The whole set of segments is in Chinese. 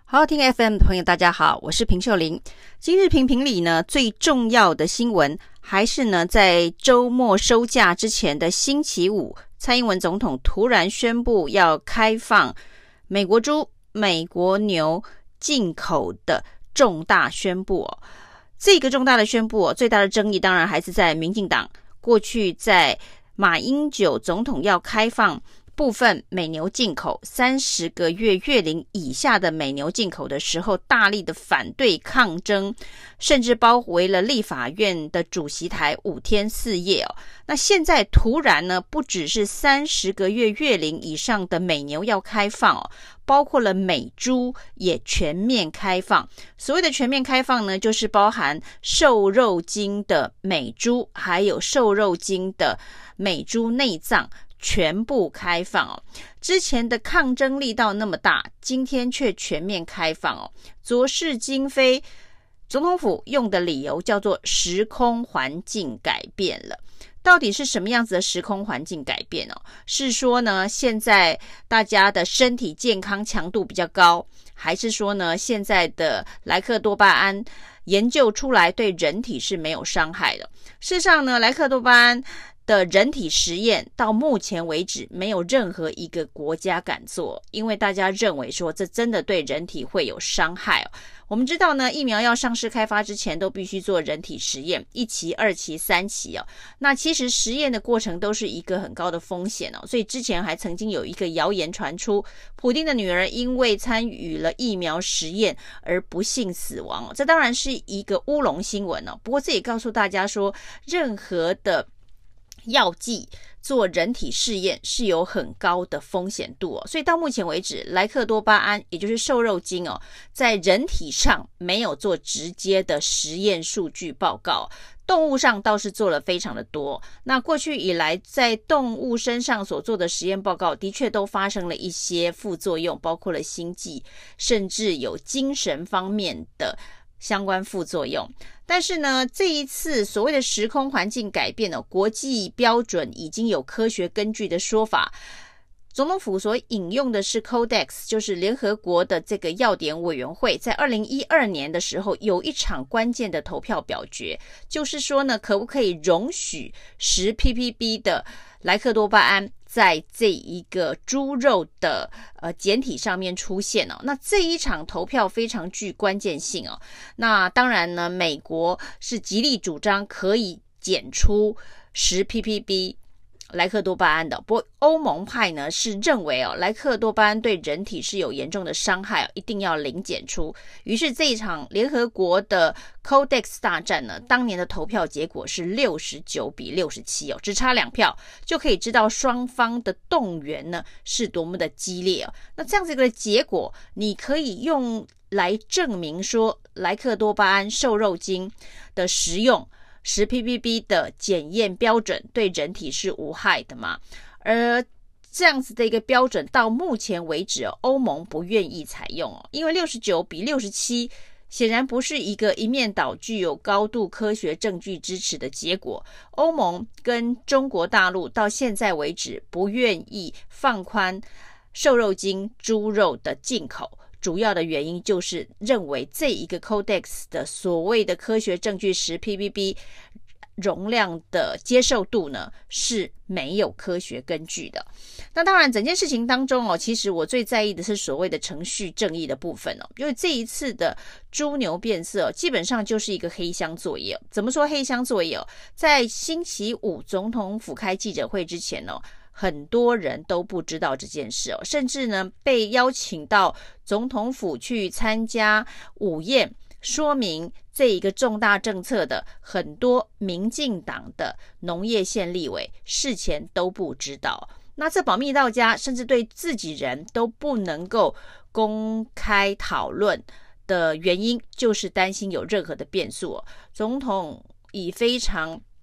好好听 FM 的朋友大家好，我是平秀玲。今日评评里呢，最重要的新闻还是呢在周末收假之前的星期五，蔡英文总统突然宣布要开放美国猪、美国牛进口的重大宣布哦。这个重大的宣布最大的争议当然还是在民进党。过去在马英九总统要开放部分美牛进口30个月月龄以下的美牛进口的时候，大力的反对抗争，甚至包围了立法院的主席台5天4夜哦。那现在突然呢，不只是30个月月龄以上的美牛要开放哦，包括了美猪也全面开放。所谓的全面开放呢，就是包含瘦肉精的美猪，还有瘦肉精的美猪内脏全部开放哦。之前的抗争力道那么大，今天却全面开放哦。昨是今非，总统府用的理由叫做时空环境改变了。到底是什么样子的时空环境改变哦？是说呢，现在大家的身体健康强度比较高，还是说呢，现在的莱克多巴胺研究出来对人体是没有伤害的？事实上呢，莱克多巴胺的人体实验到目前为止没有任何一个国家敢做，因为大家认为说这真的对人体会有伤害哦。我们知道呢，疫苗要上市开发之前都必须做人体实验，1期、2期、3期哦。那其实实验的过程都是一个很高的风险哦，所以之前还曾经有一个谣言传出，普丁的女儿因为参与了疫苗实验而不幸死亡哦。这当然是一个乌龙新闻哦。不过这也告诉大家说，任何的药剂做人体试验是有很高的风险度哦，所以到目前为止，莱克多巴胺也就是瘦肉精哦，在人体上没有做直接的实验数据报告，动物上倒是做了非常的多。那过去以来在动物身上所做的实验报告的确都发生了一些副作用，包括了心悸，甚至有精神方面的相关副作用。但是呢，这一次所谓的时空环境改变了，国际标准已经有科学根据的说法。总统府所引用的是 Codex， 就是联合国的这个药典委员会，在2012年的时候有一场关键的投票表决，就是说呢，可不可以容许10 ppb 的莱克多巴胺在这一个猪肉的检体上面出现哦。那这一场投票非常具关键性哦。那当然呢，美国是极力主张可以检出10 ppb莱克多巴胺的，不过欧盟派呢是认为莱克多巴胺对人体是有严重的伤害一定要零检出。于是这一场联合国的 Codex 大战呢，当年的投票结果是69比67只差2票，就可以知道双方的动员呢是多么的激烈那这样子一个结果，你可以用来证明说莱克多巴胺瘦肉精的食用10 ppb 的检验标准对人体是无害的嘛？而这样子的一个标准到目前为止欧盟不愿意采用因为69比67显然不是一个一面倒具有高度科学证据支持的结果。欧盟跟中国大陆到现在为止不愿意放宽瘦肉精猪肉的进口，主要的原因就是认为这一个 Codex 的所谓的科学证据10 ppb 容量的接受度呢是没有科学根据的。那当然整件事情当中其实我最在意的是所谓的程序正义的部分因为这一次的猪牛变色基本上就是一个黑箱作业怎么说黑箱作业在星期五总统府开记者会之前很多人都不知道这件事甚至呢被邀请到总统府去参加午宴说明这一个重大政策的很多民进党的农业县立委事前都不知道。那这保密到家，甚至对自己人都不能够公开讨论的原因，就是担心有任何的变数总统以非常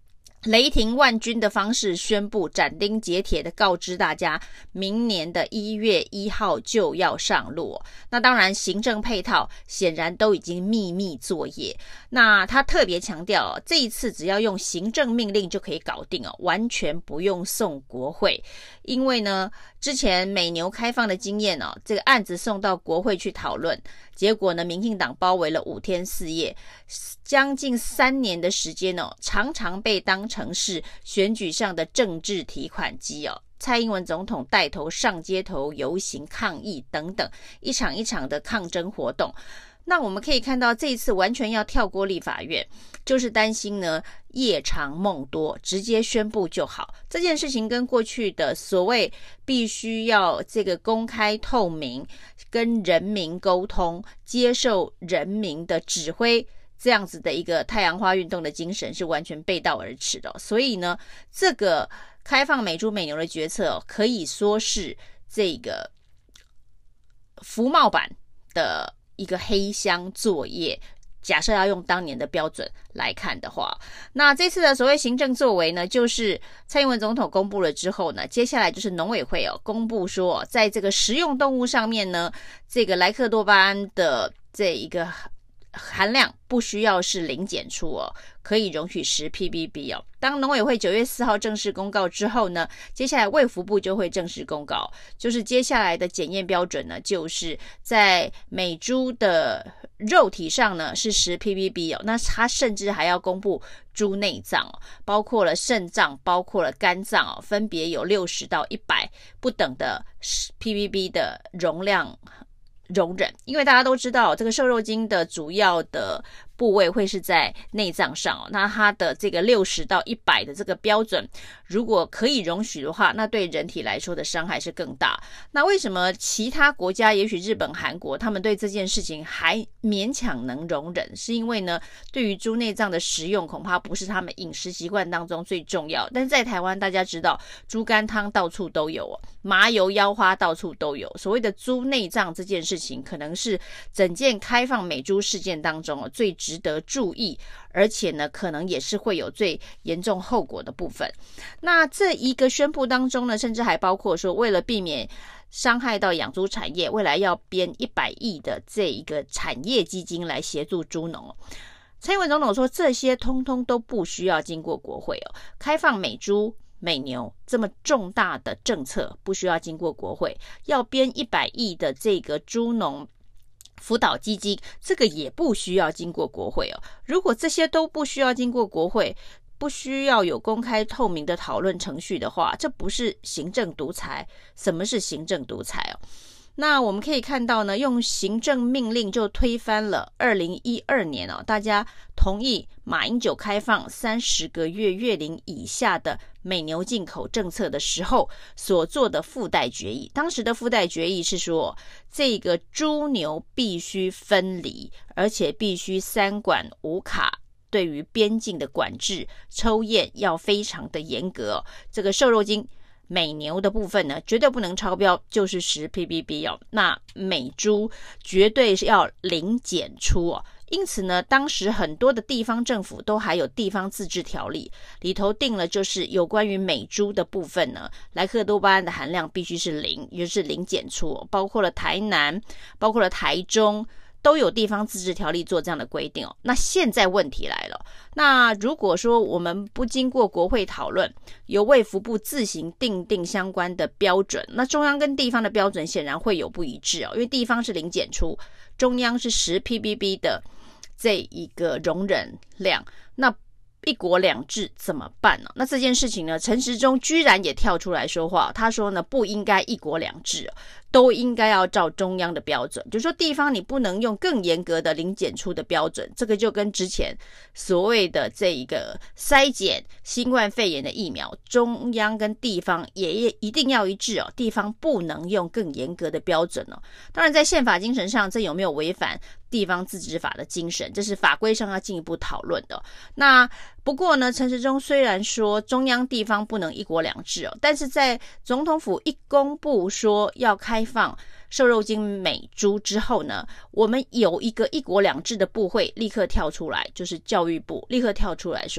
雷霆万钧的方式宣布，斩钉截铁的告知大家，明年的1月1号就要上路。那当然行政配套显然都已经秘密作业。那他特别强调，这一次只要用行政命令就可以搞定，完全不用送国会。因为呢，之前美牛开放的经验，这个案子送到国会去讨论，结果呢，民进党包围了5天4夜，将近3年的时间，常常被当成是选举上的政治提款机。蔡英文总统带头上街头游行抗议等等，一场一场的抗争活动。那我们可以看到，这一次完全要跳过立法院，就是担心呢夜长梦多，直接宣布就好。这件事情跟过去的所谓必须要这个公开透明，跟人民沟通，接受人民的指挥，这样子的一个太阳花运动的精神是完全背道而驰的。所以呢，这个开放美猪美牛的决策，可以说是这个服贸版的一个黑箱作业。假设要用当年的标准来看的话，那这次的所谓行政作为呢，就是蔡英文总统公布了之后呢，接下来就是农委会公布说，在这个食用动物上面呢，这个莱克多巴胺的这一个含量不需要是零检出，可以容许10 ppb。 当农委会9月4号正式公告之后呢，接下来卫福部就会正式公告，就是接下来的检验标准呢，就是在美猪的肉体上呢是10 ppb。 那它甚至还要公布猪内脏，包括了肾脏，包括了肝脏，分别有60到100不等的 ppb 的容量容忍。因为大家都知道，这个瘦肉精的主要的部位会是在内脏上，那它的这个60到100的这个标准，如果可以容许的话，那对人体来说的伤害是更大。那为什么其他国家，也许日本、韩国，他们对这件事情还勉强能容忍？是因为呢，对于猪内脏的食用，恐怕不是他们饮食习惯当中最重要。但是在台湾，大家知道猪肝汤到处都有，麻油腰花到处都有，所谓的猪内脏这件事情，可能是整件开放美猪事件当中最值得注意，而且呢，可能也是会有最严重后果的部分。那这一个宣布当中呢，甚至还包括说，为了避免伤害到养猪产业，未来要编100亿的这一个产业基金来协助猪农。蔡英文总统说，这些通通都不需要经过国会。开放美猪美牛这么重大的政策不需要经过国会，要编100亿的这个猪农辅导基金，这个也不需要经过国会。如果这些都不需要经过国会，不需要有公开透明的讨论程序的话，这不是行政独裁。什么是行政独裁？那我们可以看到呢，用行政命令就推翻了2012年大家同意马英九开放30个月月龄以下的美牛进口政策的时候所做的附带决议。当时的附带决议是说，这个猪牛必须分离，而且必须3管5卡，对于边境的管制抽验要非常的严格。这个瘦肉精美牛的部分呢，绝对不能超标，就是10 ppb。 那美猪绝对是要零检出。因此呢，当时很多的地方政府都还有地方自治条例，里头定了就是有关于美猪的部分呢，莱克多巴胺的含量必须是0，也就是零检出，包括了台南，包括了台中，都有地方自治条例做这样的规定。那现在问题来了，那如果说我们不经过国会讨论，由卫福部自行定相关的标准，那中央跟地方的标准显然会有不一致因为地方是零检出，中央是10 ppb 的这一个容忍量，那一国两制怎么办呢？那这件事情呢，陈时中居然也跳出来说话，他说呢，不应该一国两制，都应该要照中央的标准，就是说地方你不能用更严格的零检出的标准。这个就跟之前所谓的这一个筛检新冠肺炎的疫苗，中央跟地方也一定要一致地方不能用更严格的标准当然在宪法精神上，这有没有违反地方自治法的精神，这是法规上要进一步讨论的。那不过呢，陈时中虽然说中央地方不能一国两制但是在总统府一公布说要开放瘦肉精美猪之后呢，我们有一个一国两制的部会立刻跳出来，就是教育部立刻跳出来说，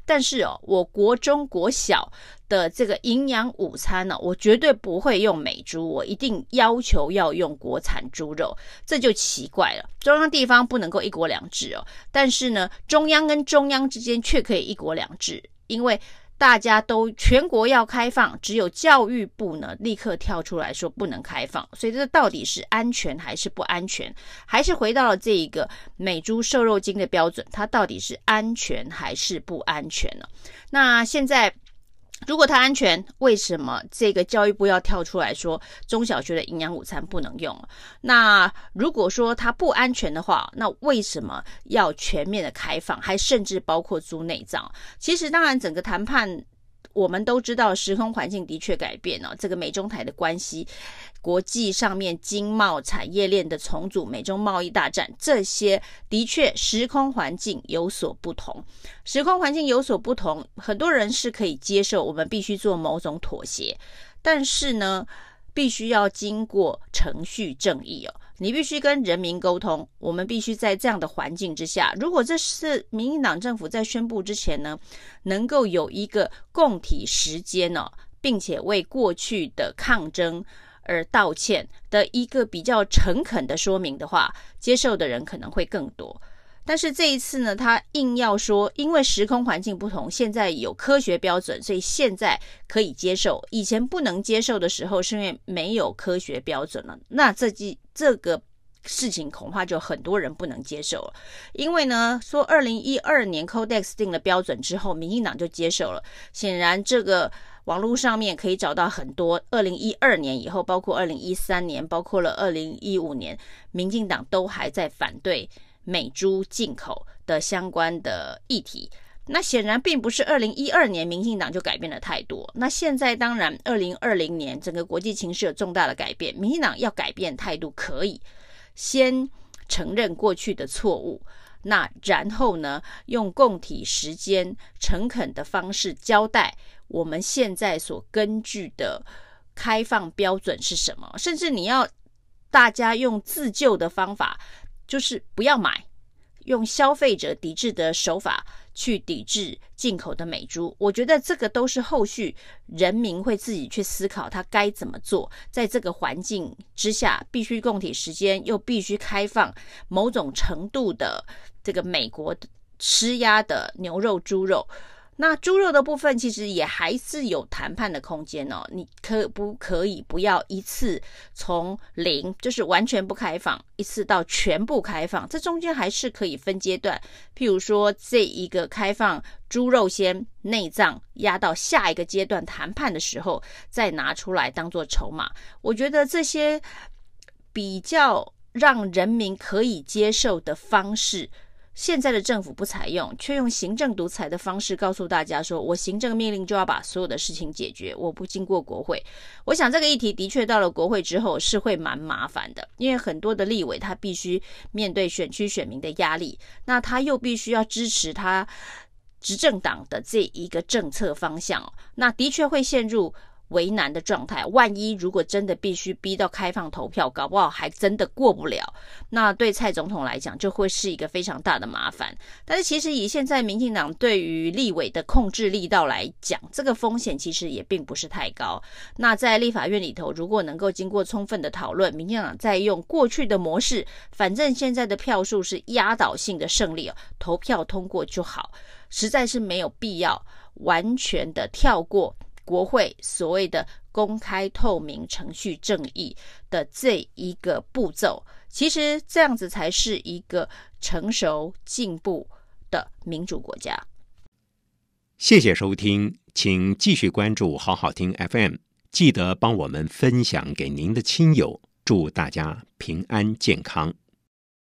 但是我国中国小的这个营养午餐我绝对不会用美猪，我一定要求要用国产猪肉，这就奇怪了。中央地方不能够一国两制但是呢，中央跟中央之间却可以一国两制，因为大家都全国要开放，只有教育部呢立刻跳出来说不能开放，所以这到底是安全还是不安全？还是回到了这一个美猪瘦肉精的标准，它到底是安全还是不安全呢？那现在如果它安全，为什么这个教育部要跳出来说中小学的营养午餐不能用？那如果说它不安全的话，那为什么要全面的开放，还甚至包括猪内脏？其实当然整个谈判我们都知道时空环境的确改变这个美中台的关系，国际上面经贸产业链的重组，美中贸易大战，这些的确时空环境有所不同。时空环境有所不同，很多人是可以接受我们必须做某种妥协，但是呢必须要经过程序正义你必须跟人民沟通，我们必须在这样的环境之下，如果这是民进党政府在宣布之前呢，能够有一个共体时艰并且为过去的抗争而道歉的一个比较诚恳的说明的话，接受的人可能会更多。但是这一次呢，他硬要说因为时空环境不同，现在有科学标准，所以现在可以接受，以前不能接受的时候是因为没有科学标准了。那这个事情恐怕就很多人不能接受了。因为呢说2012年 Codex 定了标准之后，民进党就接受了，显然这个网络上面可以找到很多2012年以后，包括2013年，包括了2015年，民进党都还在反对美猪进口的相关的议题。那显然并不是2012年民进党就改变了态度，那现在当然2020年整个国际情势有重大的改变，民进党要改变态度可以先承认过去的错误，那然后呢用共体时艰诚恳的方式交代我们现在所根据的开放标准是什么，甚至你要大家用自救的方法，就是不要买，用消费者抵制的手法去抵制进口的美猪。我觉得这个都是后续人民会自己去思考他该怎么做，在这个环境之下必须共体时艰，又必须开放某种程度的这个美国施压的牛肉猪肉。那猪肉的部分其实也还是有谈判的空间你可不可以不要一次从零，就是完全不开放，一次到全部开放，这中间还是可以分阶段，譬如说这一个开放猪肉先内脏压到下一个阶段谈判的时候再拿出来当做筹码。我觉得这些比较让人民可以接受的方式，现在的政府不采用，却用行政独裁的方式告诉大家说，我行政命令就要把所有的事情解决，我不经过国会。我想这个议题的确到了国会之后是会蛮麻烦的，因为很多的立委他必须面对选区选民的压力，那他又必须要支持他执政党的这一个政策方向那的确会陷入为难的状态。万一如果真的必须逼到开放投票，搞不好还真的过不了，那对蔡总统来讲就会是一个非常大的麻烦。但是其实以现在民进党对于立委的控制力道来讲，这个风险其实也并不是太高。那在立法院里头，如果能够经过充分的讨论，民进党再用过去的模式，反正现在的票数是压倒性的胜利投票通过就好，实在是没有必要完全的跳过国会所谓的公开透明程序正义的这一个步骤。其实这样子才是一个成熟进步的民主国家。 谢谢收听，请继续关注好好听 FM， 记得帮我们分享给您的亲友，祝大家平安健康。